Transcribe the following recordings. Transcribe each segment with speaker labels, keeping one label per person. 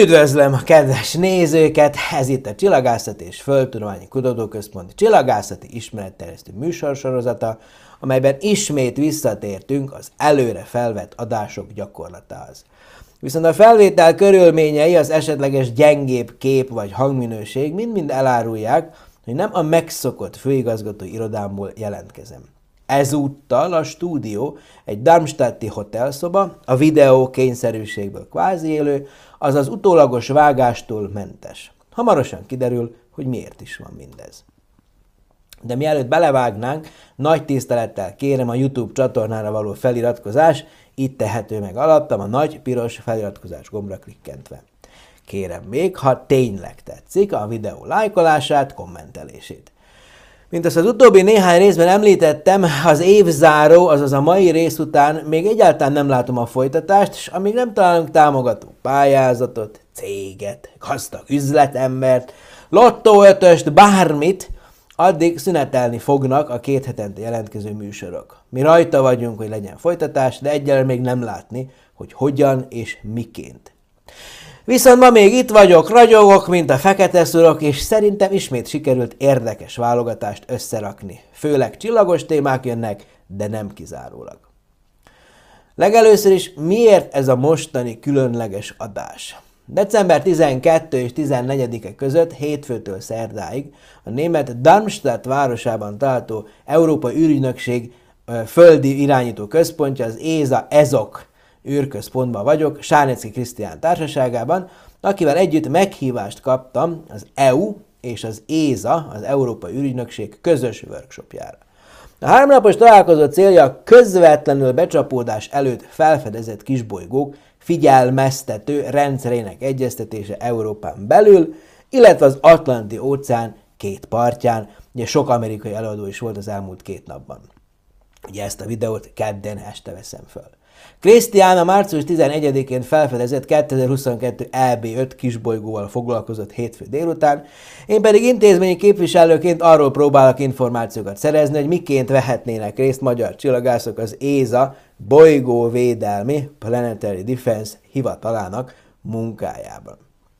Speaker 1: Üdvözlöm a kedves nézőket! Ez itt a Csillagászati és Földtudományi Kutatóközpont csillagászati ismeretterjesztő műsorsorozata, amelyben ismét visszatértünk az előre felvett adások gyakorlatához. Viszont a felvétel körülményei, az esetleges gyengébb kép vagy hangminőség mind-mind elárulják, hogy nem a megszokott főigazgatói irodámból jelentkezem. Ezúttal a stúdió egy darmstadti hotelszoba, a videó kényszerűségből kvázi élő, azaz utólagos vágástól mentes. Hamarosan kiderül, hogy miért is van mindez. De mielőtt belevágnánk, nagy tisztelettel kérem a YouTube csatornára való feliratkozás, itt tehető meg alattam a nagy piros feliratkozás gombra klikkentve. Kérem még, ha tényleg tetszik, a videó lájkolását, kommentelését. Mint azt az utóbbi néhány részben említettem, az évzáró, azaz a mai rész után még egyáltalán nem látom a folytatást, és amíg nem találunk támogató pályázatot, céget, gazdag üzletembert, lottó ötöst, bármit, addig szünetelni fognak a 2 hetente jelentkező műsorok. Mi rajta vagyunk, hogy legyen folytatás, de egyelőre még nem látni, hogy hogyan és miként. Viszont ma még itt vagyok, ragyogok, mint a fekete szurok, és szerintem ismét sikerült érdekes válogatást összerakni. Főleg csillagos témák jönnek, de nem kizárólag. Legelőször is, miért ez a mostani különleges adás? December 12 és 14-e között hétfőtől szerdáig a német Darmstadt városában található Európai űrügynökség földi irányító központja, az ESA űrközpontban vagyok, Sárnecki Krisztián társaságában, akivel együtt meghívást kaptam az EU és az ESA, az Európai űrügynökség közös workshopjára. A 3 napos találkozó célja a közvetlenül becsapódás előtt felfedezett kisbolygók figyelmeztető rendszerének egyeztetése Európán belül, illetve az Atlanti-óceán 2 partján. Ugye sok amerikai előadó is volt az elmúlt 2 napban. Ugye ezt a videót kedden este veszem föl. Krisztián a március 11-én felfedezett 2022 EB5 kisbolygóval foglalkozott hétfő délután, én pedig intézményi képviselőként arról próbálok információkat szerezni, hogy miként vehetnének részt magyar csillagászok az ESA bolygóvédelmi Planetary Defense hivatalának munkájában.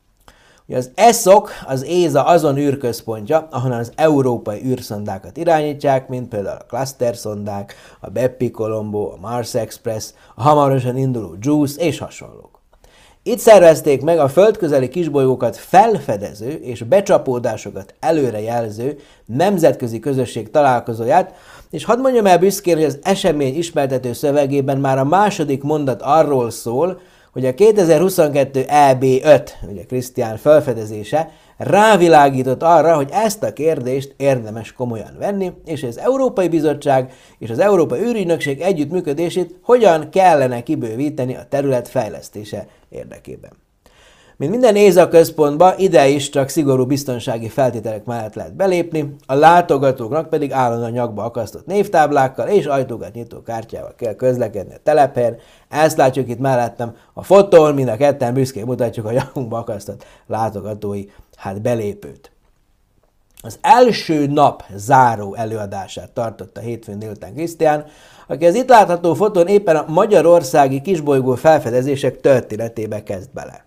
Speaker 1: Ugye az ESOC, az ESA azon űrközpontja, ahonnan az európai űrszondákat irányítják, mint például a Cluster szondák, a Bepi Colombo, a Mars Express, a hamarosan induló JUICE és hasonlók. Itt szervezték meg a földközeli kisbolygókat felfedező és becsapódásokat előrejelző nemzetközi közösség találkozóját, és hadd mondjam el büszkén, hogy az esemény ismertető szövegében már a második mondat arról szól, hogy a 2022 EB5, ugye Krisztián felfedezése, rávilágított arra, hogy ezt a kérdést érdemes komolyan venni, és az Európai Bizottság és az Európai űrügynökség együttműködését hogyan kellene kibővíteni a terület fejlesztése érdekében. Mint minden ESA központba, ide is csak szigorú biztonsági feltételek mellett lehet belépni, a látogatóknak pedig állandóan nyakba akasztott névtáblákkal és ajtókat nyitó kártyával kell közlekedni a telephelyen. Ezt látjuk itt mellettem a fotón, mind a ketten büszkén mutatjuk a nyakunkba akasztott látogatói belépőt. Az első nap záró előadását tartotta hétfőn délután Krisztián, aki az itt látható fotón éppen a magyarországi kisbolygó felfedezések történetébe kezd bele.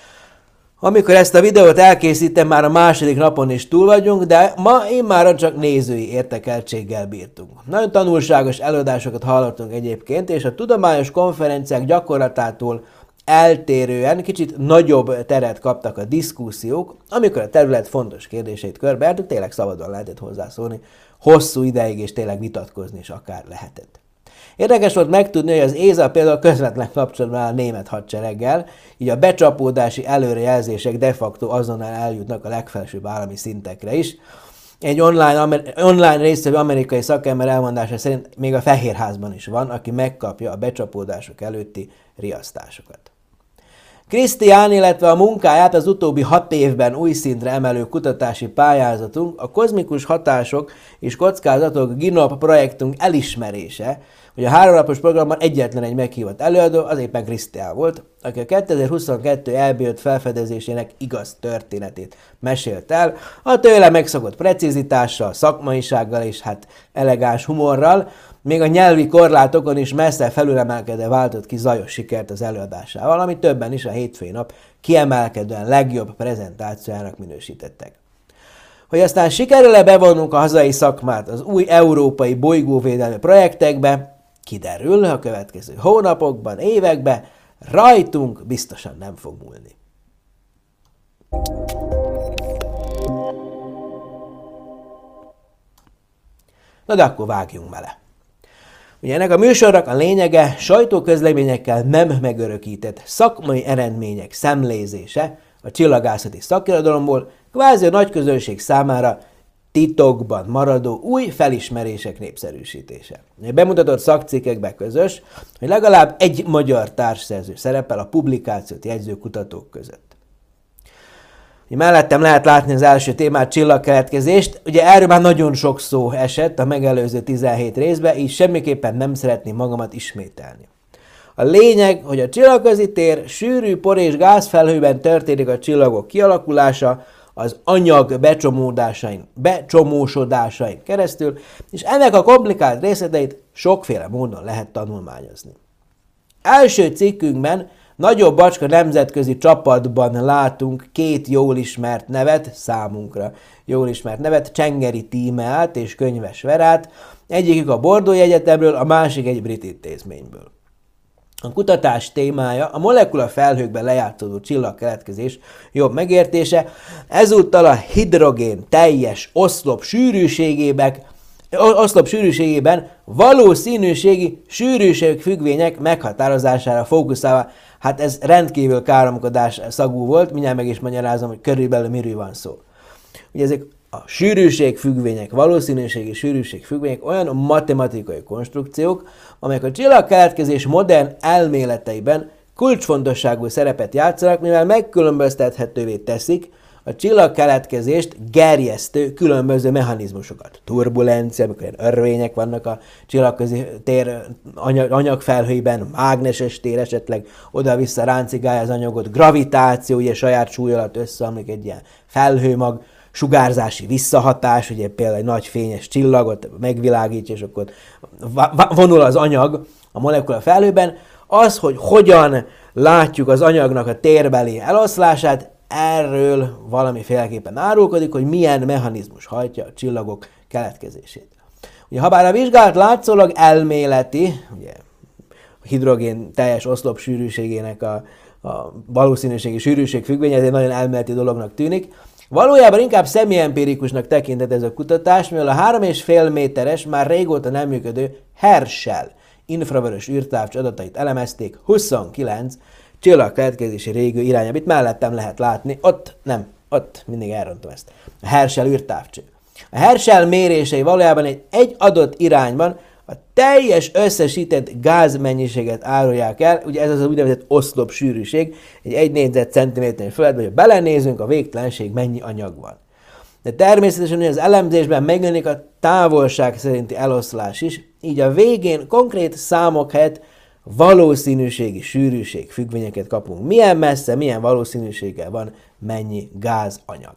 Speaker 1: Amikor ezt a videót elkészítem, már a második napon is túl vagyunk, de ma immáron csak nézői érdekeltséggel bírtunk. Nagyon tanulságos előadásokat hallottunk egyébként, és a tudományos konferenciák gyakorlatától eltérően kicsit nagyobb teret kaptak a diszkúziók, amikor a terület fontos kérdéseit körbejártuk, tényleg szabadon lehetett hozzászólni, hosszú ideig és tényleg vitatkozni is akár lehetett. Érdekes volt megtudni, hogy az ESA például közvetlen kapcsolatban áll a német hadsereggel, így a becsapódási előrejelzések de facto azonnal eljutnak a legfelsőbb állami szintekre is. Egy online résztvevő amerikai szakember elmondása szerint még a Fehérházban is van, aki megkapja a becsapódások előtti riasztásokat. Krisztián, illetve a munkáját az utóbbi 6 évben új szintre emelő kutatási pályázatunk, a kozmikus hatások és kockázatok GINOP projektunk elismerése, hogy a 3 napos programban egyetlen egy meghívott előadó, az éppen Krisztián volt, aki a 2022 elbírt felfedezésének igaz történetét mesélt el, a tőle megszokott precizitással, szakmaisággal és hát elegáns humorral, még a nyelvi korlátokon is messze felülemelkedve váltott ki zajos sikert az előadásával, amit többen is a hétfői nap kiemelkedően legjobb prezentációjának minősítettek. Hogy aztán sikerül-e bevonnunk a hazai szakmát az új európai bolygóvédelmi projektekbe, kiderül a következő hónapokban, években, rajtunk biztosan nem fog múlni. Na de akkor vágjunk bele. Ugye ennek a műsornak a lényege sajtóközleményekkel nem megörökített szakmai eredmények szemlézése a csillagászati szakirodalomból, kvázi a nagyközönség számára titokban maradó új felismerések népszerűsítése. A bemutatott szakcikkekben közös, hogy legalább egy magyar társszerző szerepel a publikációt jegyző kutatók között. Mellettem lehet látni az első témát, csillagkeletkezést. Ugye erről már nagyon sok szó esett a megelőző 17 részben, így semmiképpen nem szeretném magamat ismételni. A lényeg, hogy a csillagközi tér sűrű por- és gázfelhőben történik a csillagok kialakulása, az anyag becsomósodásain keresztül, és ennek a komplikált részleteit sokféle módon lehet tanulmányozni. Első cikkünkben nagyobb bacska nemzetközi csapatban látunk két jól ismert nevet, számunkra jól ismert nevet, Csengeri Tímeát és Könyves Verát, egyikük a Bordeaux Egyetemről, a másik egy brit intézményből. A kutatás témája a molekula felhőkben lejátszódó csillagkeletkezés jobb megértése, ezúttal a hidrogén teljes oszlop sűrűségében valószínűségi sűrűségfüggvények meghatározására fókuszálva. Hát ez rendkívül káromkodás szagú volt, mindjárt meg is magyarázom, hogy körülbelül miről van szó. Ugye ezek a sűrűségfüggvények, valószínűségi sűrűségfüggvények olyan matematikai konstrukciók, amelyek a csillagkeletkezés modern elméleteiben kulcsfontosságú szerepet játszanak, mivel megkülönböztethetővé teszik a csillagkeletkezést gerjesztő különböző mechanizmusokat. Turbulencia, amikor ilyen örvények vannak a csillagközi tér anyagfelhőiben, mágneses tér esetleg oda-vissza ráncigálja az anyagot, gravitáció, ugye saját súly alatt összeomlik egy ilyen felhőmag, sugárzási visszahatás, ugye például egy nagy fényes csillagot megvilágítja, és akkor vonul az anyag a molekula felhőben. Az, hogy hogyan látjuk az anyagnak a térbeli eloszlását, erről valamiféleképpen árulkodik, hogy milyen mechanizmus hajtja a csillagok keletkezését. Ugye, habár a vizsgálat látszólag elméleti, ugye a hidrogén teljes oszlop sűrűségének a valószínűségi sűrűségfüggvény, ez egy nagyon elméleti dolognak tűnik, valójában inkább szemiempirikusnak tekintett ez a kutatás, mivel a 3,5 méteres, már régóta nem működő Herschel infravörös űrtávcső adatait elemezték 29 csillagkeletkezési régió irányába. Itt mellettem lehet látni, ott mindig elrontom ezt. A Herschel űrtávcső. A Herschel mérései valójában egy adott irányban a teljes összesített gázmennyiséget árulják el, ugye ez az úgynevezett oszlop sűrűség, egy négyzetcentiméter fölött, hogy belenézünk, a végtelenség mennyi anyag van. De természetesen az elemzésben megjelenik a távolság szerinti eloszlás is, így a végén konkrét számok helyett valószínűségi sűrűség függvényeket kapunk. Milyen messze, milyen valószínűséggel van mennyi gázanyag.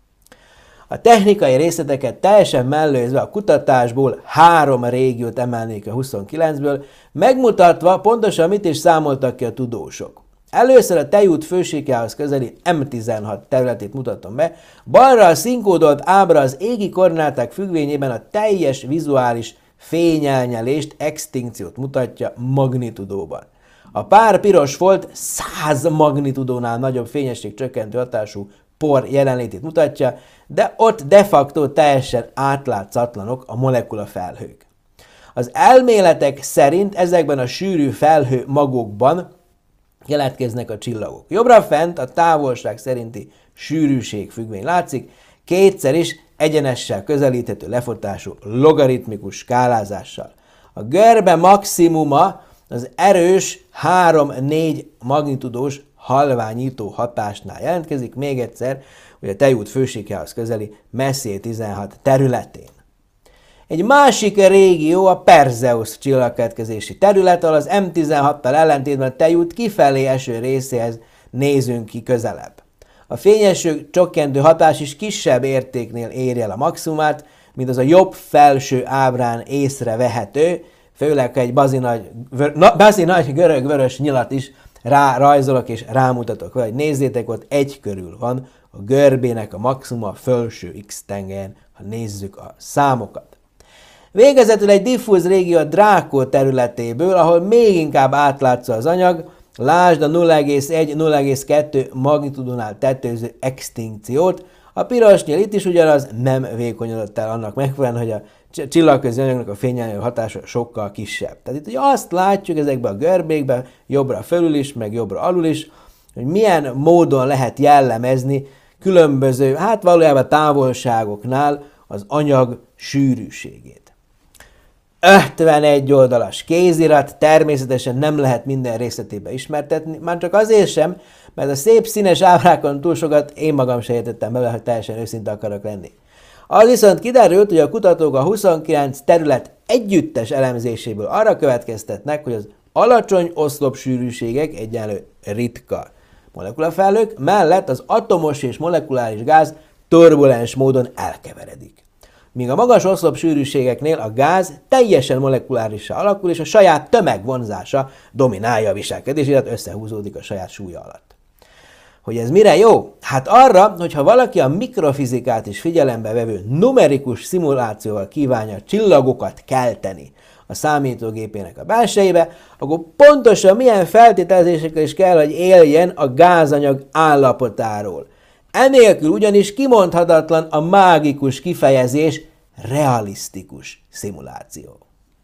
Speaker 1: A technikai részleteket teljesen mellőzve a kutatásból 3 régiót emelnék a 29-ből, megmutatva pontosan mit is számoltak ki a tudósok. Először a Tejút fősíkjához közeli M16 területét mutatom be, balra a színkódolt ábra az égi koordináták függvényében a teljes vizuális fényelnyelést, extinkciót mutatja magnitudóban. A pár piros folt 100 magnitudónál nagyobb fényességcsökkentő hatású por jelenlétét mutatja, de ott de facto teljesen átlátszatlanok a molekula felhők. Az elméletek szerint ezekben a sűrű felhő magokban keletkeznek a csillagok. Jobbra fent a távolság szerinti sűrűség függvény látszik, kétszer is egyenessel közelíthető lefutású logaritmikus skálázással. A görbe maximuma az erős 3-4 magnitudós halványító hatásnál jelentkezik, még egyszer, hogy a Tejút fősíkjához közeli Messier 16 területén. Egy másik régió a Perseus csillagkeletkezési terület, ahol az M16-tal ellentétben a Tejút kifelé eső részéhez nézünk ki közelebb. A fényeső csökkentő hatás is kisebb értéknél éri el a maximumát, mint az a jobb felső ábrán észrevehető, főleg ha egy bazi nagy görög-vörös nyilat is rárajzolok és rámutatok, vagy nézzétek, ott egy körül van a görbének a maximuma a felső X-tengelyen, ha nézzük a számokat. Végezetül egy diffúz régió a Drákó területéből, ahol még inkább átlátszó az anyag, lásd a 0,1-0,2 magnitudonál tetőző extinkciót. A piros nyíl itt is ugyanaz, nem vékonyodott el annak megfelelően, hogy a csillagközi anyagnak a fényelnyő hatása sokkal kisebb. Tehát itt ugye azt látjuk ezekben a görbékben, jobbra fölül is, meg jobbra alul is, hogy milyen módon lehet jellemezni különböző, hát valójában távolságoknál az anyag sűrűségét. 51 oldalas kézirat, természetesen nem lehet minden részletébe ismertetni, már csak azért sem, mert a szép színes ábrákon túl sokat én magam se értettem bele, hogy teljesen őszinte akarok lenni. Az viszont kiderült, hogy a kutatók a 29 terület együttes elemzéséből arra következtetnek, hogy az alacsony oszlopsűrűségek egyenlő ritka molekulafejlők mellett az atomos és molekuláris gáz turbulens módon elkeveredik. Míg a magas oszlopsűrűségeknél a gáz teljesen molekulárissá alakul, és a saját tömegvonzása dominálja a viselkedését, tehát összehúzódik a saját súlya alatt. Hogy ez mire jó? Hát arra, hogyha valaki a mikrofizikát is figyelembe vevő numerikus szimulációval kívánja a csillagokat kelteni a számítógépének a belsejébe, akkor pontosan milyen feltételezésekkel is kell, hogy éljen a gázanyag állapotáról. Enélkül ugyanis kimondhatatlan a mágikus kifejezés realisztikus szimuláció.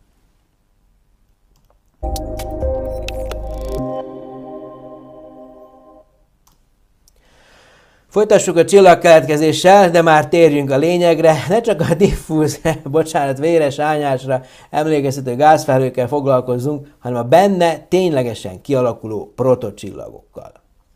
Speaker 1: Folytassuk a csillagkeletkezéssel, de már térjünk a lényegre. Ne csak a diffúz, véres ányásra emlékeztető gázfelhőkkel foglalkozzunk, hanem a benne ténylegesen kialakuló protocsillagokkal.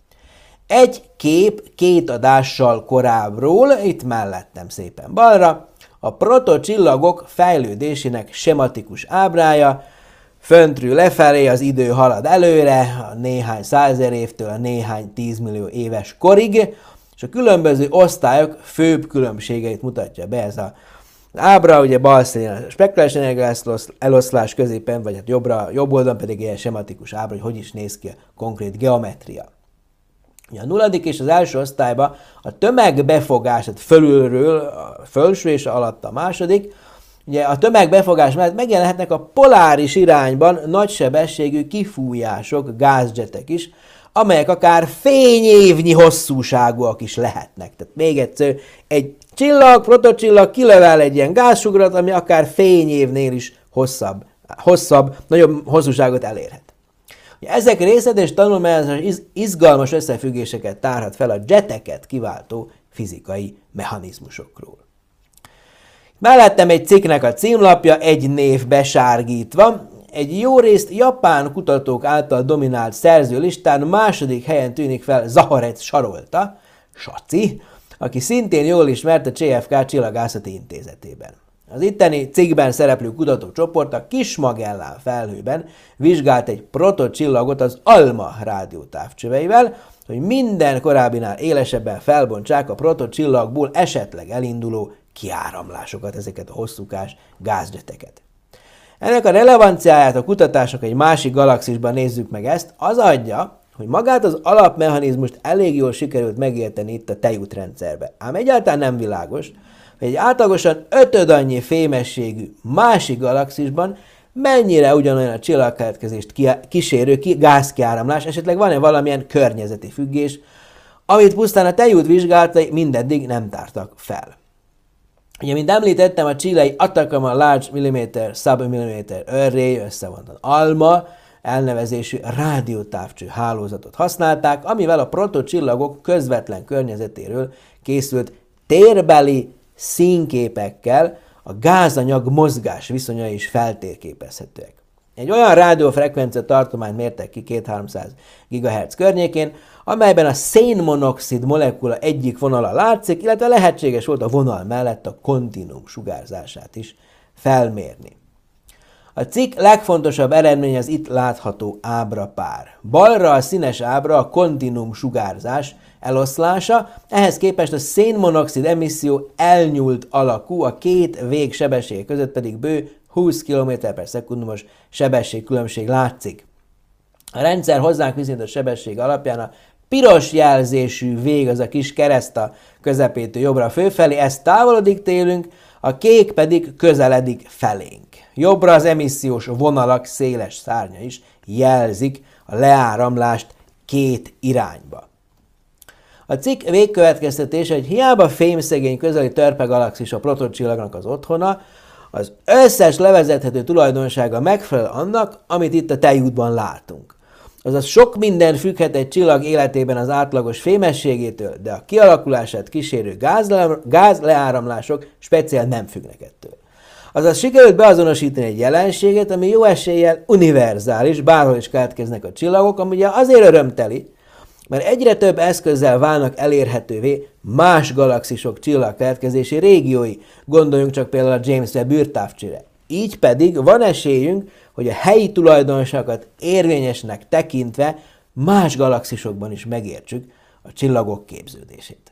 Speaker 1: Egy kép 2 adással korábbról, itt mellettem szépen balra, a protocsillagok fejlődésének sematikus ábrája, föntről lefelé az idő halad előre, a néhány százezer évtől a néhány 10 millió éves korig, és a különböző osztályok főbb különbségeit mutatja be ez az ábra, ugye bal szélén a spektulális energia eloszlás, középen, vagy hát jobb oldalon pedig ilyen sematikus ábra, hogy is néz ki a konkrét geometria. A 0. és az első osztályban a tömegbefogás, tehát fölülről, a felső és alatt a második, ugye a tömegbefogás mellett megjelenhetnek a poláris irányban nagysebességű kifújások, gázjetek is, amelyek akár fényévnyi hosszúságúak is lehetnek. Tehát még egyszer, egy csillag, protocsillag kilövel egy ilyen gázsugrat, ami akár fényévnél is hosszabb, nagyobb hosszúságot elérhet. Ezek részletes tanulmányozás izgalmas összefüggéseket tárhat fel a jeteket kiváltó fizikai mechanizmusokról. Mellettem egy cikknek a címlapja, egy név besárgítva. Egy jó részt japán kutatók által dominált szerzőlistán második helyen tűnik fel Zaharec Sarolta, Saci, aki szintén jól ismert a CFK Csillagászati Intézetében. Az itteni cikkben szereplő kutatócsoport a Kis-Magellán felhőben vizsgált egy protocsillagot az ALMA rádiótávcsöveivel, hogy minden korábbinál élesebben felbontsák a protocsillagból esetleg elinduló kiáramlásokat, ezeket a hosszúkás gázjeteket. Ennek a relevanciáját a kutatások egy másik galaxisban nézzük meg ezt, az adja, hogy magát az alapmechanizmust elég jól sikerült megérteni itt a tejútrendszerbe. Ám egyáltalán nem világos, hogy egy átlagosan 5 annyi fémességű másik galaxisban mennyire ugyanolyan a csillagkeletkezést kísérő gázkiáramlás, esetleg van-e valamilyen környezeti függés, amit pusztán a tejút vizsgálatai mindeddig nem tártak fel. Ugye, mint említettem, a chilei Atacama Large Millimeter Submillimeter Array, összevontan ALMA elnevezésű rádiótávcső hálózatot használták, amivel a protocsillagok közvetlen környezetéről készült térbeli színképekkel a gázanyag mozgás viszonyai is feltérképezhetőek. Egy olyan rádiófrekvencia tartományt mértek ki 200-300 GHz környékén, amelyben a szénmonoxid molekula egyik vonala látszik, illetve lehetséges volt a vonal mellett a kontinuum sugárzását is felmérni. A cikk legfontosabb eredmény az itt látható ábrapár. Balra a színes ábra a kontinúm sugárzás eloszlása, ehhez képest a szénmonoxid emisszió elnyúlt alakú, a két vég sebessége között pedig bő 20 km/s sebességkülönbség látszik. A rendszer hozzánk viszont sebesség alapján a piros jelzésű vég, az a kis kereszt a közepétől jobbra fölfelé, ez távolodik tőlünk, a kék pedig közeledik felénk. Jobbra az emissziós vonalak széles szárnya is jelzik a leáramlást két irányba. A cikk végkövetkeztetése, hogy hiába fémszegény közeli törpegalaxis a protocsillagnak az otthona, az összes levezethető tulajdonsága megfelel annak, amit itt a tejútban látunk. Azaz sok minden függhet egy csillag életében az átlagos fémességétől, de a kialakulását kísérő gázleáramlások speciál nem függnek ettől. Azaz sikerült beazonosítani egy jelenséget, ami jó eséllyel univerzális, bárhol is keletkeznek a csillagok, ami ugye azért örömteli, mert egyre több eszközzel válnak elérhetővé más galaxisok csillagkeletkezési régiói. Gondoljunk csak például a James Webb űrtávcsőre. Így pedig van esélyünk, hogy a helyi tulajdonságokat érvényesnek tekintve más galaxisokban is megértsük a csillagok képződését.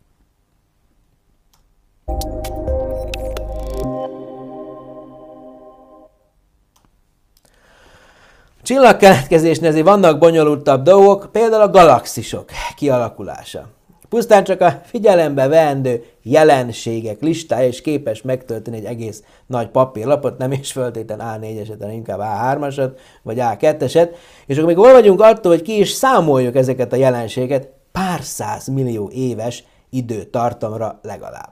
Speaker 1: Csillagkeletkezésnél azért vannak bonyolultabb dolgok, például a galaxisok kialakulása. Pusztán csak a figyelembe veendő jelenségek listája is képes megtölteni egy egész nagy papírlapot, nem is föltétlen A4-eset, hanem inkább A3-asat, vagy A2-eset, és akkor még hol vagyunk attól, hogy ki is számoljuk ezeket a jelenségeket pár százmillió éves időtartamra legalább.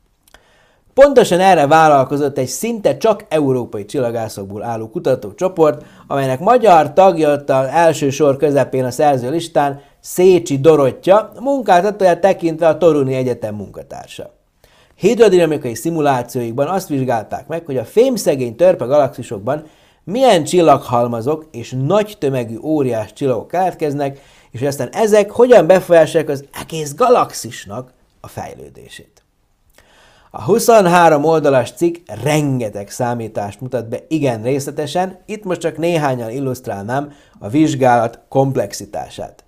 Speaker 1: Pontosan erre vállalkozott egy szinte csak európai csillagászokból álló kutatócsoport, amelynek magyar tagja ott az első sor közepén a szerző listán Szécsi Dorottya, munkáltatóját tekintve a Toruni Egyetem munkatársa. Hidrodinamikai szimulációikban azt vizsgálták meg, hogy a fémszegény törpe galaxisokban milyen csillaghalmazok és nagy tömegű óriás csillagok keletkeznek, és aztán ezek hogyan befolyásolják az egész galaxisnak a fejlődését. A 23 oldalas cikk rengeteg számítást mutat be igen részletesen, itt most csak néhányan illusztrálnám a vizsgálat komplexitását.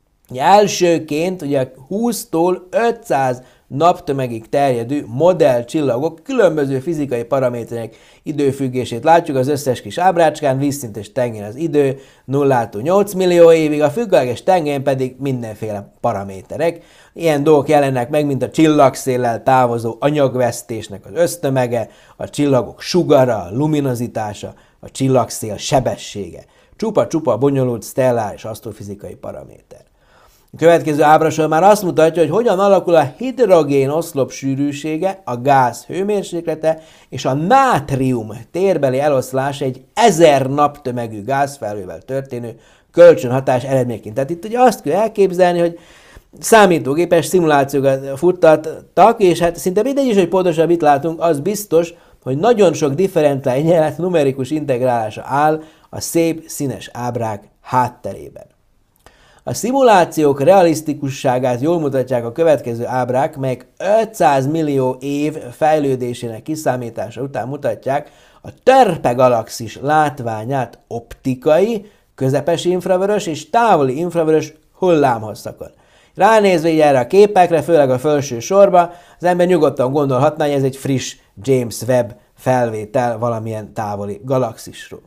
Speaker 1: Elsőként ugye 20-tól 500 naptömegig terjedő modellcsillagok különböző fizikai paraméterek időfüggését látjuk az összes kis ábrácskán, vízszintes tengén az idő 0-tól 8 millió évig, a függőleges tengén pedig mindenféle paraméterek. Ilyen dolgok jelennek meg, mint a csillagszéllel távozó anyagvesztésnek az össztömege, a csillagok sugara, a luminozitása, a csillagszél sebessége. Csupa-csupa bonyolult stellár és asztrofizikai paraméter. A következő ábrasor már azt mutatja, hogy hogyan alakul a hidrogén oszlop sűrűsége, a gáz hőmérséklete és a nátrium térbeli eloszlás egy 1000 naptömegű gázfelhővel történő kölcsönhatás eredményeként. Tehát itt ugye azt kell elképzelni, hogy számítógépes szimulációkat futtattak, és hát szinte mindegy is, hogy pontosan mit látunk, az biztos, hogy nagyon sok differenciált egyenlet numerikus integrálása áll a szép színes ábrák hátterében. A szimulációk realisztikusságát jól mutatják a következő ábrák, melyek 500 millió év fejlődésének kiszámítása után mutatják a törpe galaxis látványát optikai, közepes infravörös és távoli infravörös hullámhosszakon. Ránézve így erre a képekre, főleg a felső sorba, az ember nyugodtan gondolhatná, hogy ez egy friss James Webb felvétel valamilyen távoli galaxisról.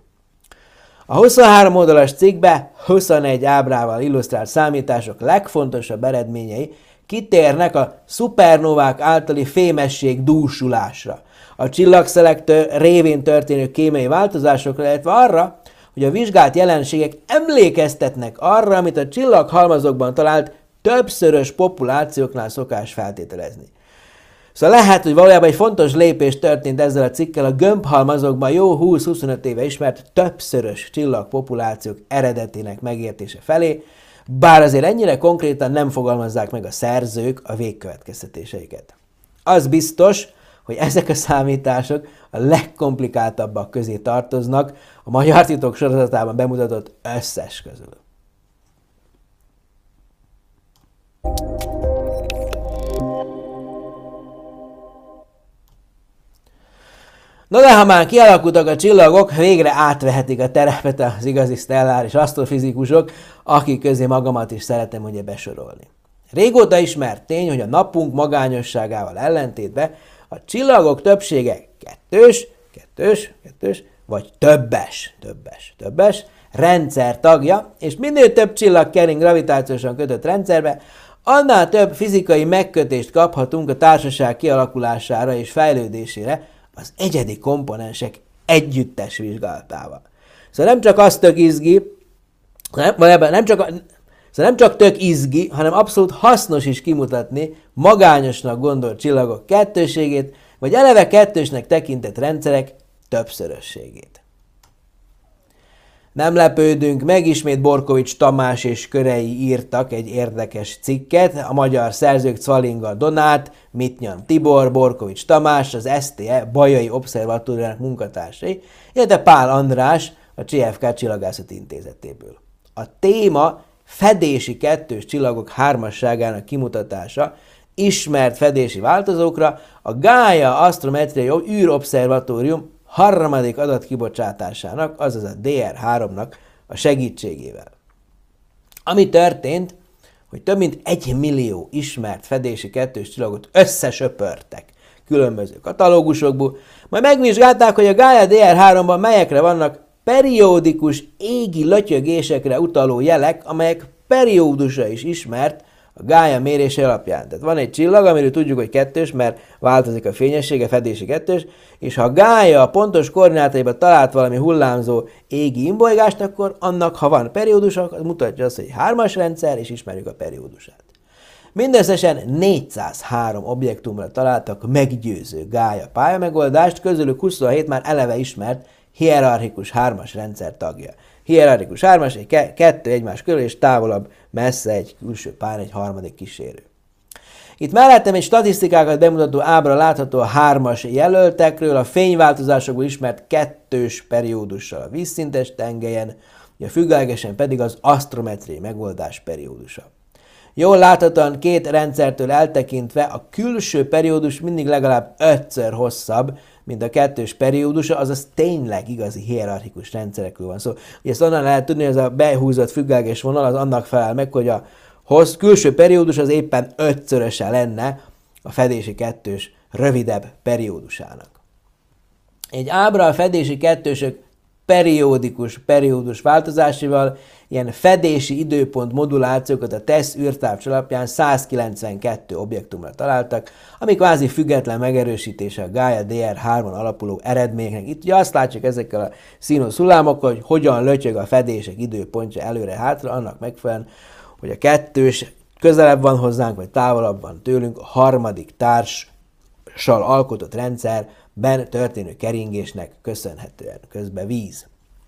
Speaker 1: A 23 oldalas cikkbe 21 ábrával illusztrált számítások legfontosabb eredményei kitérnek a szupernovák általi fémesség dúsulásra, a csillagszelektor révén történő kémiai változásokra, illetve arra, hogy a vizsgált jelenségek emlékeztetnek arra, amit a csillaghalmazokban talált többszörös populációknál szokás feltételezni. Szóval lehet, hogy valójában egy fontos lépés történt ezzel a cikkel a gömbhalmazokban jó 20-25 éve ismert többszörös csillagpopulációk eredetének megértése felé, bár azért ennyire konkrétan nem fogalmazzák meg a szerzők a végkövetkeztetéseiket. Az biztos, hogy ezek a számítások a legkomplikáltabbak közé tartoznak a Magyar Titok sorozatában bemutatott összes közül. Na de ha már kialakultak a csillagok, végre átvehetik a terepet az igazi stellár és asztrofizikusok, akik közé magamat is szeretem ugye besorolni. Régóta ismert tény, hogy a napunk magányosságával ellentétben a csillagok többsége kettős, vagy többes rendszer tagja, és minél több csillag kering gravitációsan kötött rendszerbe, annál több fizikai megkötést kaphatunk a társaság kialakulására és fejlődésére az egyedi komponensek együttes vizsgálatával. Szóval nem csak az tök izgi, nem csak tök izgi, hanem abszolút hasznos is kimutatni magányosnak gondolt csillagok kettősségét, vagy eleve kettősnek tekintett rendszerek többszörösségét. Nem lepődünk meg, ismét Borkovics Tamás és körei írtak egy érdekes cikket, a magyar szerzők Cvalinga Donát, Mitnyan Tibor, Borkovics Tamás, az STE Bajai Obszervatóriának munkatársai, illetve Pál András, a CFK Csillagászati Intézetéből. A téma fedési kettős csillagok hármasságának kimutatása, ismert fedési változókra, a Gaia Asztrometriai űrobszervatórium harmadik adatkibocsátásának, azaz a DR3-nak a segítségével. Ami történt, hogy több mint 1 millió ismert fedési kettős csillagot összesöpörtek különböző katalógusokból, majd megvizsgálták, hogy a Gaia DR3-ban melyekre vannak periódikus égi lötyögésekre utaló jelek, amelyek periódusa is ismert a Gaia mérése alapján. Tehát van egy csillag, amiről tudjuk, hogy kettős, mert változik a fényessége, fedési kettős, és ha a Gaia a pontos koordinátáiban talált valami hullámzó égi imbolygást, akkor annak, ha van periódusa, az mutatja azt, hogy hármas rendszer, és ismerjük a periódusát. Mindösszesen 403 objektumra találtak meggyőző Gaia pályamegoldást, közülük 27 már eleve ismert hierarchikus hármas rendszer tagja. Hierarchikus hármas, kettő egymás körül, és távolabb messze egy külső pályán egy harmadik kísérő. Itt mellettem egy statisztikákat bemutató ábra látható a hármas jelöltekről, a fényváltozásokból ismert kettős periódussal a vízszintes tengelyen, a függőlegesen pedig az asztrometriai megoldás periódusa. Jól láthatóan két rendszertől eltekintve a külső periódus mindig legalább 5-ször hosszabb, mint a kettős periódusa, azaz tényleg igazi hierarchikus rendszerekről van szó. Ugye ezt onnan lehet tudni, hogy ez a behúzott függőleges vonal az annak felel meg, hogy a külső periódus az éppen 5-szöröse lenne a fedési kettős rövidebb periódusának. Egy ábra a fedési kettősök periódus változásival, ilyen fedési időpont modulációkat a TESS űrtávcs alapján 192 objektumra találtak, ami kvázi független megerősítése a Gaia DR3-on alapuló eredményeknek. Itt ugye azt látjuk ezekkel a színusz hullámokkal, hogy hogyan lötyög a fedések időpontja előre-hátra, annak megfelelően, hogy a kettős közelebb van hozzánk, vagy távolabb van tőlünk, a harmadik társsal alkotott rendszerben történő keringésnek köszönhetően. Közben víz.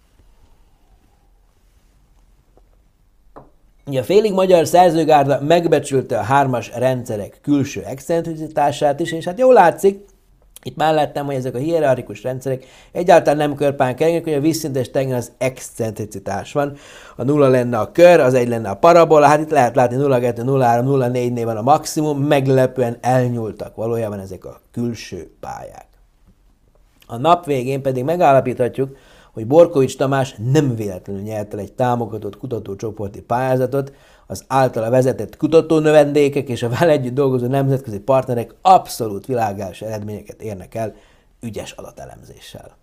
Speaker 1: A félig magyar szerzőgárda megbecsülte a hármas rendszerek külső excentricitását is, és hát jól látszik, itt mellettem, hogy ezek a hierarchikus rendszerek egyáltalán nem körpán keringnek, hogy a vízszintes tengelyen az excentricitás van. A 0 lenne a kör, az 1 lenne a parabola, hát itt lehet látni 0,2, 0,3, 0,4-nél van a maximum, meglepően elnyúltak valójában ezek a külső pályák. A nap végén pedig megállapíthatjuk, hogy Borkovics Tamás nem véletlenül nyert el egy támogatott kutatócsoporti pályázatot, az általa vezetett kutatónövendékek és a vele együtt dolgozó nemzetközi partnerek abszolút világos eredményeket érnek el ügyes adatelemzéssel.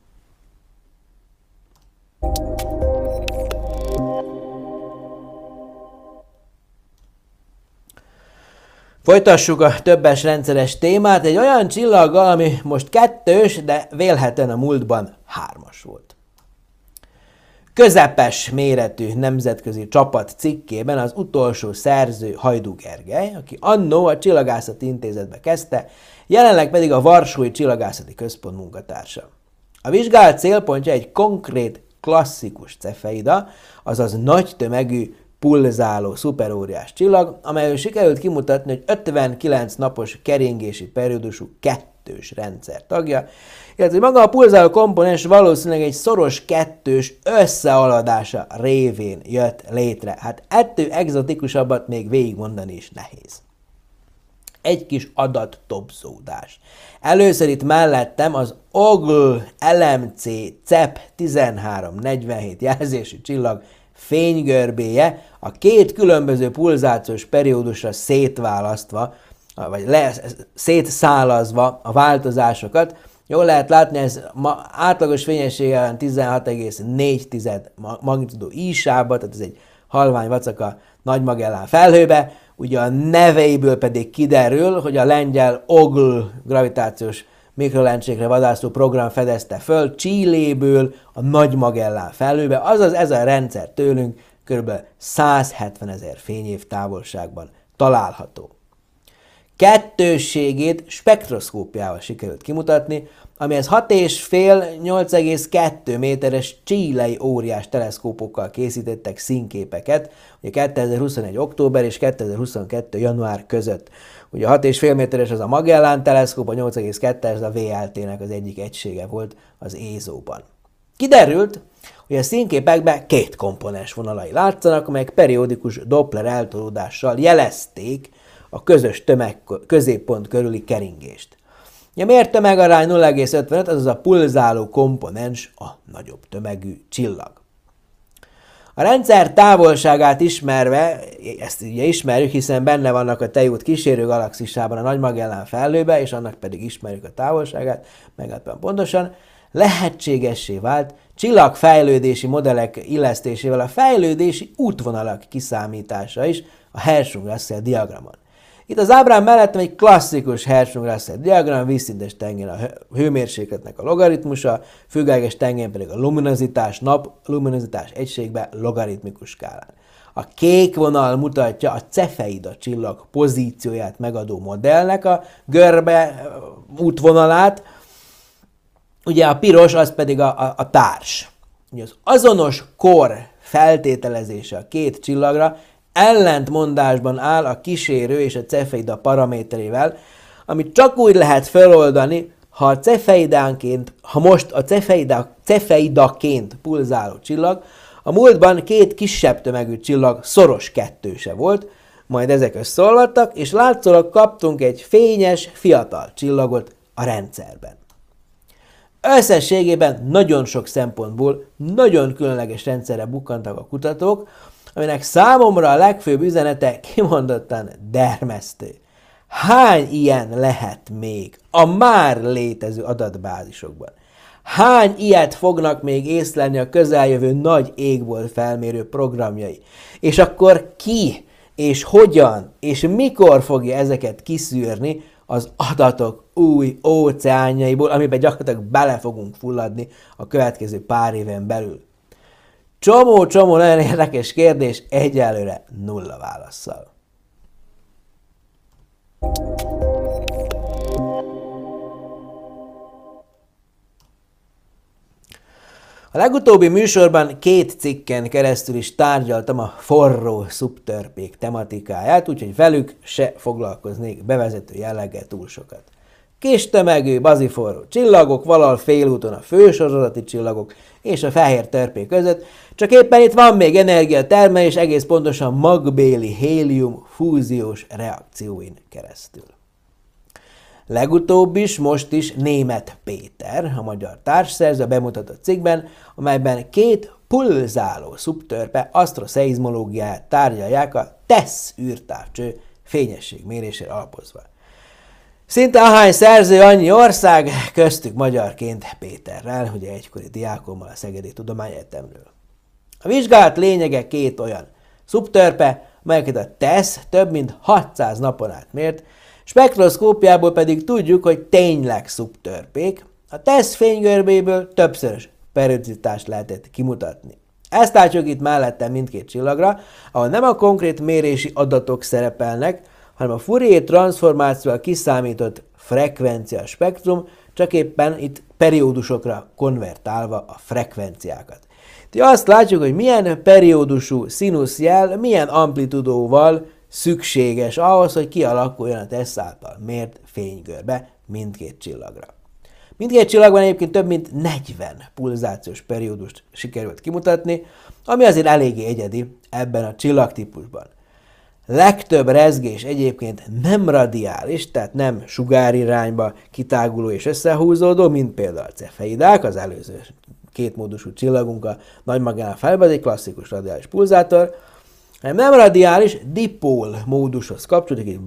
Speaker 1: Folytassuk a többes rendszeres témát egy olyan csillaggal, ami most kettős, de vélhetően a múltban hármas volt. Közepes méretű nemzetközi csapat cikkében az utolsó szerző Hajdú Gergely, aki annó a Csillagászati Intézetbe kezdte, jelenleg pedig a Varsói Csillagászati Központ munkatársa. A vizsgálat célpontja egy konkrét, klasszikus cefeida, azaz nagy tömegű, pulzáló szuperóriás csillag, amelyről sikerült kimutatni, hogy 59 napos keringési periódusú kettős rendszer tagja, illetve maga a pulzáló komponens valószínűleg egy szoros kettős összealadása révén jött létre. Hát ettől egzotikusabbat még végigmondani is nehéz. Egy kis adattobzódás. Először itt mellettem az OGL LMC CEP 1347 jelzésű csillag fénygörbéje, a két különböző pulzációs periódusra szétválasztva, vagy szétszálazva a változásokat. Jól lehet látni, ez átlagos fényességgel 16,4 magnitudó I-sába, tehát ez egy halvány vacaka Nagy Magellán felhőbe. Ugye a neveiből pedig kiderül, hogy a lengyel OGL gravitációs mikrolencsékre vadászó program fedezte föl Chiléből a Nagy Magellán felhőbe, azaz ez a rendszer tőlünk kb. 170 000 fényév távolságban található. Kettősségét spektroszkópiával sikerült kimutatni, amihez 6,5-8,2 méteres chilei óriás teleszkópokkal készítettek színképeket, ugye 2021. október és 2022. január között. Ugye a 6,5 méteres az a Magellan teleszkóp, a 8,2-es a VLT-nek az egyik egysége volt az ESO-ban. Kiderült, hogy a színképekben két komponens vonalai látszanak, amelyek periódikus Doppler eltolódással jelezték a közös középpont körüli keringést. A mért tömegarány 0,55, azaz a pulzáló komponens a nagyobb tömegű csillag. A rendszer távolságát ismerve, ezt ugye ismerjük, hiszen benne vannak a Tejút kísérő galaxisában a Nagy Magellán felhőbe, és annak pedig ismerjük a távolságát, meglepően pontosan, lehetségessé vált csillagfejlődési modellek illesztésével a fejlődési útvonalak kiszámítása is a Hertzsprung-Russell diagramon. Itt az ábrán mellettem egy klasszikus Hertzsprung-Russell diagram, vízszintes tengén a hőmérsékletnek a logaritmusa, függőleges tengén pedig a luminozitás, nap-luminozitás egységben logaritmikus skálán. A kék vonal mutatja a Cefeida csillag pozícióját megadó modellnek a görbe útvonalát, ugye a piros az pedig a társ. Ugye az azonos kor feltételezése a két csillagra ellentmondásban áll a kísérő és a Cefeida paraméterével, amit csak úgy lehet feloldani, ha most a Cefeidaként pulzáló csillag, a múltban két kisebb tömegű csillag szoros kettőse volt, majd ezek összeolvadtak, és látszólag kaptunk egy fényes, fiatal csillagot a rendszerben. Összességében nagyon sok szempontból nagyon különleges rendszerre bukkantak a kutatók, aminek számomra a legfőbb üzenete kimondottan dermesztő. Hány ilyen lehet még a már létező adatbázisokban? Hány ilyet fognak még észlelni a közeljövő nagy égbolt felmérő programjai? És akkor ki, és hogyan, és mikor fogja ezeket kiszűrni az adatok új óceánjaiból, amiben gyakorlatilag bele fogunk fulladni a következő pár éven belül? Csomó nagyon érdekes kérdés, egyelőre nulla válasszal. A legutóbbi műsorban 2 cikken keresztül is tárgyaltam a forró szubtörpék tematikáját, úgyhogy velük se foglalkoznék bevezető jelleggel túl sokat. Kis tömegű, baziforró csillagok, valahol félúton a fősorozati csillagok és a fehér törpék között, csak éppen itt van még energiatermelés, egész pontosan magbéli hélium fúziós reakcióin keresztül. Legutóbb is, most is Németh Péter, a magyar társszerző bemutatott cikkben, amelyben 2 pulzáló szubtörpe asztroszeizmológiáját tárgyalják a TESS űrtávcső fényességmérésére alapozva. Szinte ahány szerző, annyi ország, köztük magyarként Péterrel, ugye egykori diákommal a Szegedi Tudományegyetemről. A vizsgálat lényege 2 olyan szubtörpe, melyeket a TESS több mint 600 napon át mért, spektroszkópiából pedig tudjuk, hogy tényleg szubtörpék, a TESS fénygörbéből többszörös periodicitást lehetett kimutatni. Ezt látjuk itt mellettem mindkét csillagra, ahol nem a konkrét mérési adatok szerepelnek, hanem a Fourier transformációval kiszámított frekvencia spektrum, csak éppen itt periódusokra konvertálva a frekvenciákat. Itt azt látjuk, hogy milyen periódusú színuszjel, milyen amplitudóval szükséges ahhoz, hogy kialakuljon a TESS által mért fénygörbe mindkét csillagra. Mindkét csillagban egyébként több mint 40 pulzációs periódust sikerült kimutatni, ami azért eléggé egyedi ebben a csillagtípusban. legtöbb rezgés egyébként nem radiális, tehát nem sugárirányba kitáguló és összehúzódó, mint például a cefeidák, az előző kétmódusú csillagunk a Nagy Magellán Felében, egy klasszikus radiális pulzátor, hanem nem radiális, dipól módushoz kapcsolódik,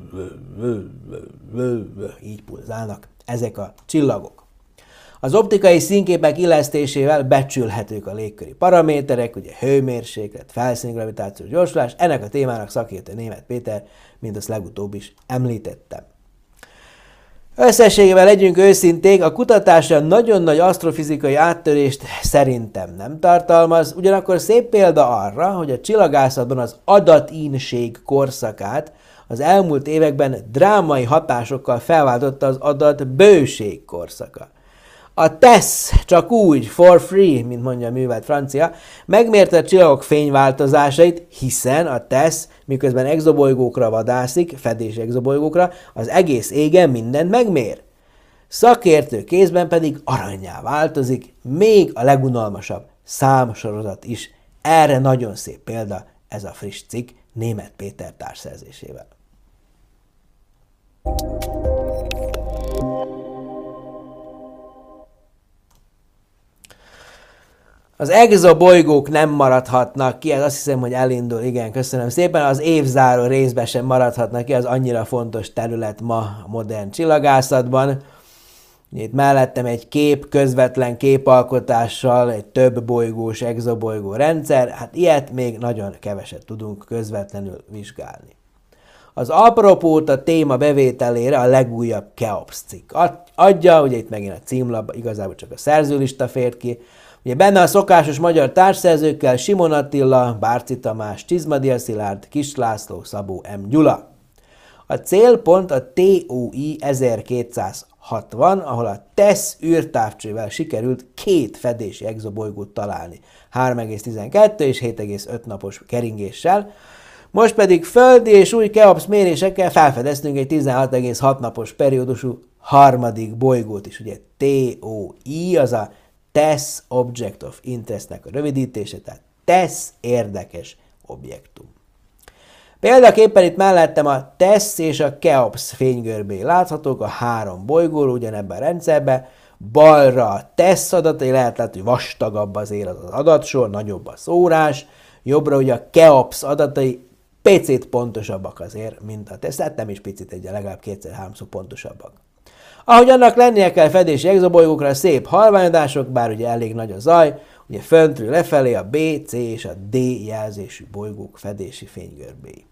Speaker 1: így pulzálnak ezek a csillagok. Az optikai színképek illesztésével becsülhetők a légköri paraméterek, ugye hőmérséklet, felszíngravitációs gyorsulás, ennek a témának szakértő Németh Péter, mint azt legutóbb is említettem. Összességében legyünk őszinték, a kutatásra nagyon nagy asztrofizikai áttörést szerintem nem tartalmaz, ugyanakkor szép példa arra, hogy a csillagászatban az adatínség korszakát az elmúlt években drámai hatásokkal felváltotta az adatbőség korszaka. A TESS, csak úgy, for free, mint mondja a művelt francia, megmérte a csillagok fényváltozásait, hiszen a TESS, miközben exobolygókra vadászik, fedés exobolygókra, az egész égen mindent megmér. Szakértő kézben pedig arannyá változik, még a legunalmasabb számsorozat is. Erre nagyon szép példa ez a friss cikk Németh Péter társszerzésével. Az exobolygók nem maradhatnak ki, ez azt hiszem, hogy elindul, igen, köszönöm szépen, az évzáró részben sem maradhatnak ki, az annyira fontos terület ma a modern csillagászatban. Itt mellettem egy kép, közvetlen képalkotással, egy több bolygós exobolygó rendszer, hát ilyet még nagyon keveset tudunk közvetlenül vizsgálni. Az apropót a téma bevételére a legújabb Keops cikk adja, ugye itt megint a címlap, igazából csak a szerzőlista fért ki. Ugye benne a szokásos magyar társszerzőkkel Simon Attila, Bárci Tamás, Csizmadia Szilárd, Kiss László, Szabó M. Gyula. A célpont a TOI 1260, ahol a TESS űrtávcsővel sikerült 2 fedési exobolygót találni, 3,12 és 7,5 napos keringéssel. Most pedig földi és új Keops mérésekkel felfedeztünk egy 16,6 napos periódusú harmadik bolygót is. Ugye TOI, az a TESS Object of Interestnek a rövidítése, tehát TESS érdekes objektum. Példaképpen itt mellettem a TESS és a Keops fénygörbéi láthatók a 3 bolygóról ugyanebben a rendszerben. Balra a TESS adatai, lehet látni, hogy vastagabb azért az adatsor, nagyobb a szórás. Jobbra ugye a Keops adatai picit pontosabbak azért, mint a TESS, tehát nem is picit, legalább 2-3-szor pontosabbak. Ahogy annak lennie kell fedési exobolygókra, szép halványodások, bár ugye elég nagy a zaj, ugye föntről lefelé a B, C és a D jelzésű bolygók fedési fénygörbéi.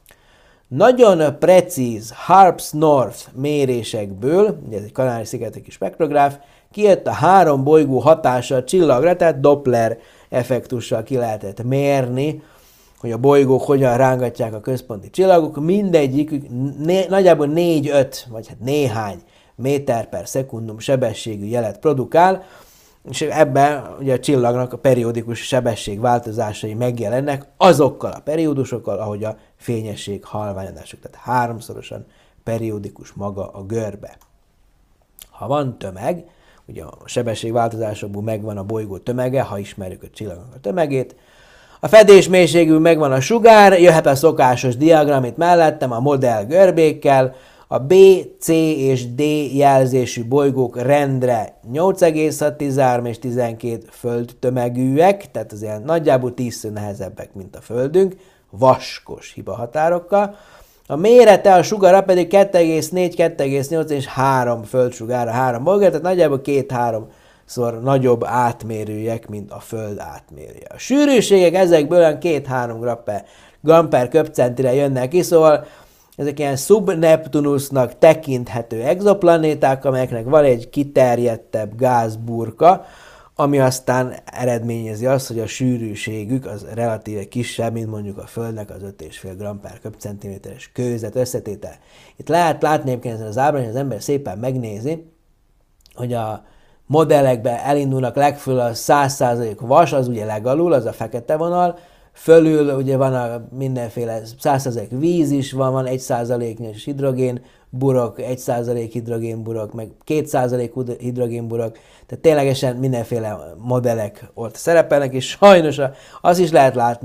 Speaker 1: Nagyon precíz Harps North mérésekből, ugye ez egy Kanári-szigeteki spektrográf, kijött a 3 bolygó hatása a csillagra, tehát Doppler effektussal ki lehetett mérni, hogy a bolygók hogyan rángatják a központi csillagok, mindegyikük nagyjából 4-5, vagy hát néhány méter per szekundum sebességű jelet produkál, és ebben ugye a csillagnak a periódikus sebességváltozásai megjelennek azokkal a periódusokkal, ahogy a fényesség halványodások, tehát 3-szorosan periódikus maga a görbe. Ha van tömeg, ugye a sebességváltozásokból megvan a bolygó tömege, ha ismerjük a csillagnak a tömegét, a fedésmélységű megvan a sugár, jöhet a szokásos diagram itt mellettem a modell görbékkel, a B, C és D jelzésű bolygók rendre 8,6 és 12 föld tömegűek, tehát azért nagyjából 10-ször nehezebbek, mint a Földünk, vaskos hibahatárokkal. A mérete a sugara pedig 2,4, 2,8 és 3 földsugára 3 bolygó, tehát nagyjából 2-3-szor nagyobb átmérőjek, mint a Föld átmérője. A sűrűségek ezekből 2-3 gram per köbcentire jönnek ki, szóval ezek ilyen subneptunusnak tekinthető exoplanéták, amelyeknek van egy kiterjedtebb gázburka, ami aztán eredményezi azt, hogy a sűrűségük az relatíve kisebb, mint mondjuk a Földnek az 5,5 gram per köbcentiméteres kőzet összetétel. Itt lehet látni egyébként ezen az ábrán, hogy az ember szépen megnézi, hogy a modellekben elindulnak legföl a 100% vas, az ugye legalul, az a fekete vonal, fölül ugye van a mindenféle 100% víz is van 1%-nyos hidrogén burok, 1% hidrogén burok, meg 2% hidrogén burok, tehát ténylegesen mindenféle modellek ott szerepelnek, és sajnos az is lehet látni,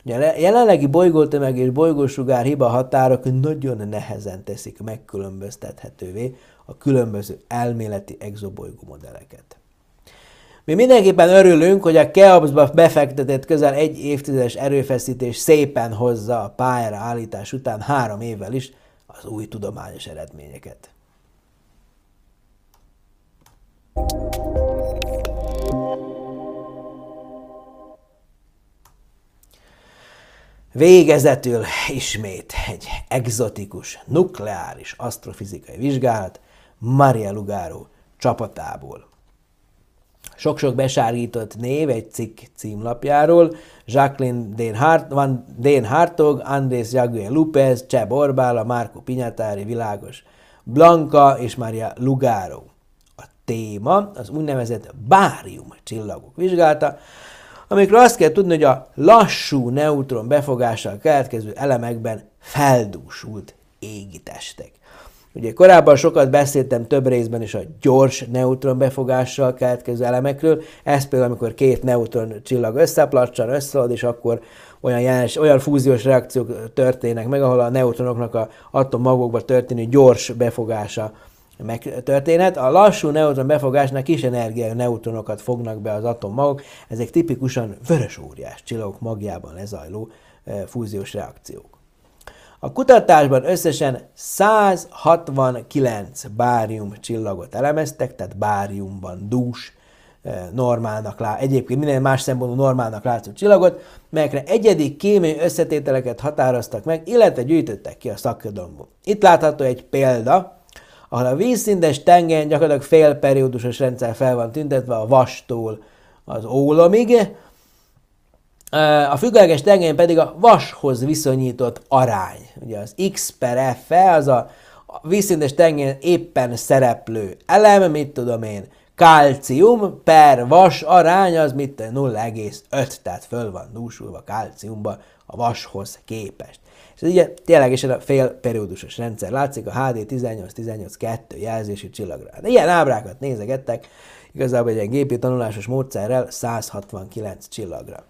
Speaker 1: A jelenlegi bolygótömeg és bolygósugár hiba határok nagyon nehezen teszik megkülönböztethetővé a különböző elméleti exobolygó modelleket. Mi mindenképpen örülünk, hogy a Cheopsba befektetett közel 1 évtizedes erőfeszítés szépen hozza a pályára állítás után 3 évvel is az új tudományos eredményeket. Végezetül ismét egy egzotikus, nukleáris asztrofizikai vizsgálat Maria Lugaro csapatából. Sok-sok besárgított név egy cikk címlapjáról: Jacqueline Van Den Hartog, Andrés Jaguar López, Cseh Borbála, Marco Pignatari, Világos Blanca és Maria Lugaro. A téma az úgynevezett bárium csillagok vizsgálata, amikről azt kell tudni, hogy a lassú neutron befogással keletkező elemekben feldúsult égitestek. Ugye korábban sokat beszéltem több részben is a gyors neutron befogással keletkező elemekről, ez például amikor 2 neutron csillag összeplatsan, összead, és akkor olyan fúziós reakciók történnek meg, ahol a neutronoknak az atommagokba történő gyors befogása megtörténhet. A lassú neutron befogásnál kis energiájú neutronokat fognak be az atommagok, ezek tipikusan vörös óriás csillagok magjában lezajló fúziós reakciók. A kutatásban összesen 169 bárium csillagot elemeztek, tehát báriumban dús, egyébként minden más szempontból normálnak látszó csillagot, melyekre egyedi kémiai összetételeket határoztak meg, illetve gyűjtöttek ki a szakirodalomból. Itt látható egy példa, ahol a vízszintes tengelyen gyakorlatilag félperiódusos rendszer fel van tüntetve a vastól az ólomig, a függőleges tengelyen pedig a vashoz viszonyított arány. Ugye az X/F-e az a vízszintes tengelyen éppen szereplő elem, mit tudom én, kálcium per vas arány az 0,5, tehát föl van dúsulva kálciumba a vashoz képest. És ez ugye ténylegesen a félperiódusos rendszer látszik a HD 18-18-2 jelzésű csillagra. De ilyen ábrákat nézegettek igazából egy gépi tanulásos módszerrel 169 csillagra.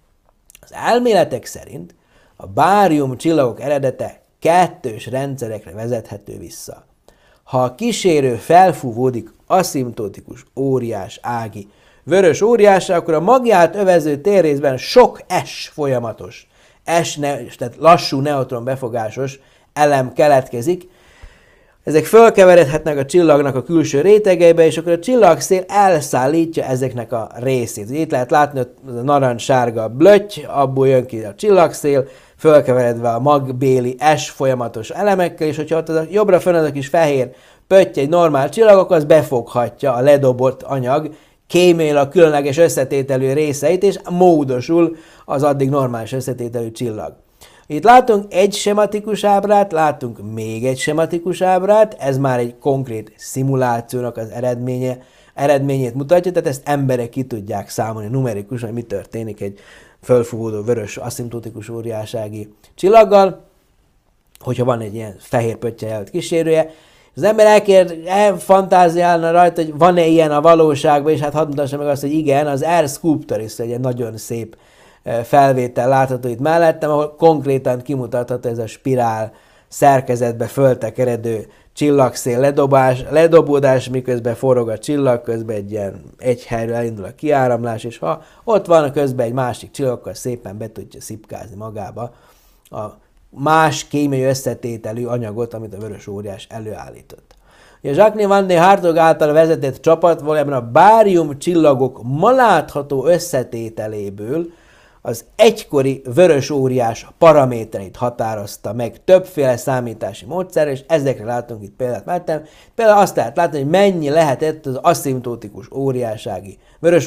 Speaker 1: Az elméletek szerint a bárium csillagok eredete kettős rendszerekre vezethető vissza. Ha a kísérő felfúvódik aszimtótikus óriás ági vörös óriásra, akkor a magját övező térrészben sok S folyamatos, tehát lassú neutron befogásos elem keletkezik. Ezek fölkeveredhetnek a csillagnak a külső rétegeibe, és akkor a csillagszél elszállítja ezeknek a részét. Itt lehet látni, hogy a narancssárga blötty, abból jön ki a csillagszél, fölkeveredve a magbéli S folyamatos elemekkel, és hogyha ott az a jobbra fönn az a kis fehér pötty egy normál csillagok, az befoghatja a ledobott anyag kémiailag különleges összetételű részeit, és módosul az addig normális összetételű csillag. Itt látunk egy sematikus ábrát, látunk még egy sematikus ábrát, ez már egy konkrét szimulációnak az eredményét mutatja, tehát ezt emberek ki tudják számolni numerikusan, hogy mi történik egy fölfúvódó vörös aszimtótikus óriásági csillaggal, hogyha van egy ilyen fehér pöttyel jelölt kísérője. Az ember elfantáziálna rajta, hogy van-e ilyen a valóságban, és hát hadd mutassa meg azt, hogy igen, az Air Sculptor egy nagyon szép felvétel látható itt mellettem, ahol konkrétan kimutatható ez a spirál szerkezetbe föltekeredő csillagszél ledobódás, miközben forog a csillag, közben egy helyről elindul a kiáramlás, és ha ott van közben egy másik csillag, akkor szépen be tudja szipkázni magába a más kémiai összetételű anyagot, amit a vörös óriás előállított. A Jacqueline Van Den Hartog által vezetett csapat valójában a bárium csillagok ma látható összetételéből az egykori vörös óriás paramétereit határozta meg többféle számítási módszerrel, és ezekre látunk itt példát mellettem. Például azt lehet látni, hogy mennyi lehetett az aszimtótikus óriásági vörös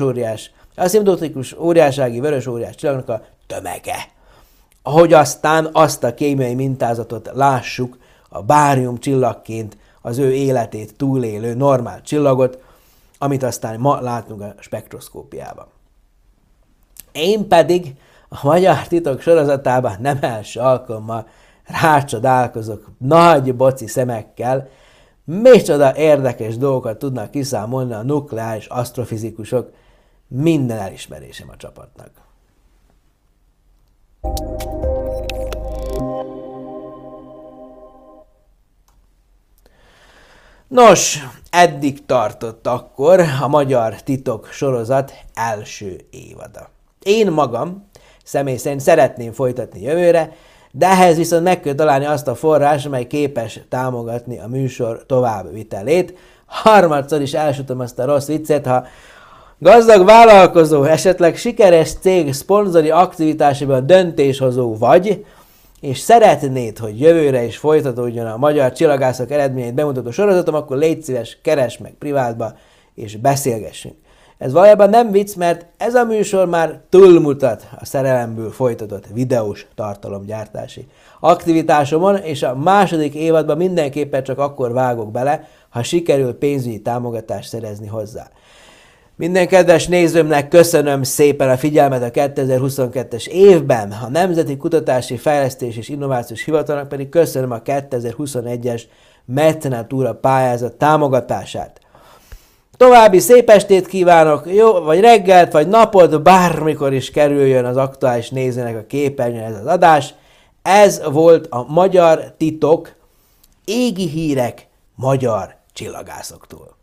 Speaker 1: óriás csillagnak a tömege. Ahogy aztán azt a kémiai mintázatot lássuk a bárium csillagként az ő életét túlélő normál csillagot, amit aztán ma látunk a spektroszkópiában. Én pedig a Magyar Titok sorozatában nem első alkalommal rácsodálkozok nagy boci szemekkel, micsoda érdekes dolgokat tudnak kiszámolni a nukleáris asztrofizikusok, minden elismerésem a csapatnak. Nos, eddig tartott akkor a Magyar Titok sorozat első évada. Én magam személy szerint szeretném folytatni jövőre, de ehhez viszont meg kell találni azt a forrás, amely képes támogatni a műsor továbbvitelét. Harmadszor is elsütöm azt a rossz viccet, ha gazdag vállalkozó, esetleg sikeres cég szponzori aktivitásában döntéshozó vagy, és szeretnéd, hogy jövőre is folytatódjon a magyar csillagászok eredményeit bemutató sorozatom, akkor légy szíves, keresd meg privátba, és beszélgessünk. Ez valójában nem vicc, mert ez a műsor már túlmutat a szerelemből folytatott videós tartalomgyártási aktivitásomon, és a második évadban mindenképpen csak akkor vágok bele, ha sikerül pénzügyi támogatást szerezni hozzá. Minden kedves nézőmnek köszönöm szépen a figyelmet a 2022-es évben, a Nemzeti Kutatási Fejlesztés és Innovációs Hivatalnak pedig köszönöm a 2021-es Metnatura pályázat támogatását. További szép estét kívánok, jó, vagy reggelt, vagy napot, bármikor is kerüljön az aktuális nézőnek a képernyőn ez az adás. Ez volt a Magyar Titok égi hírek magyar csillagászoktól.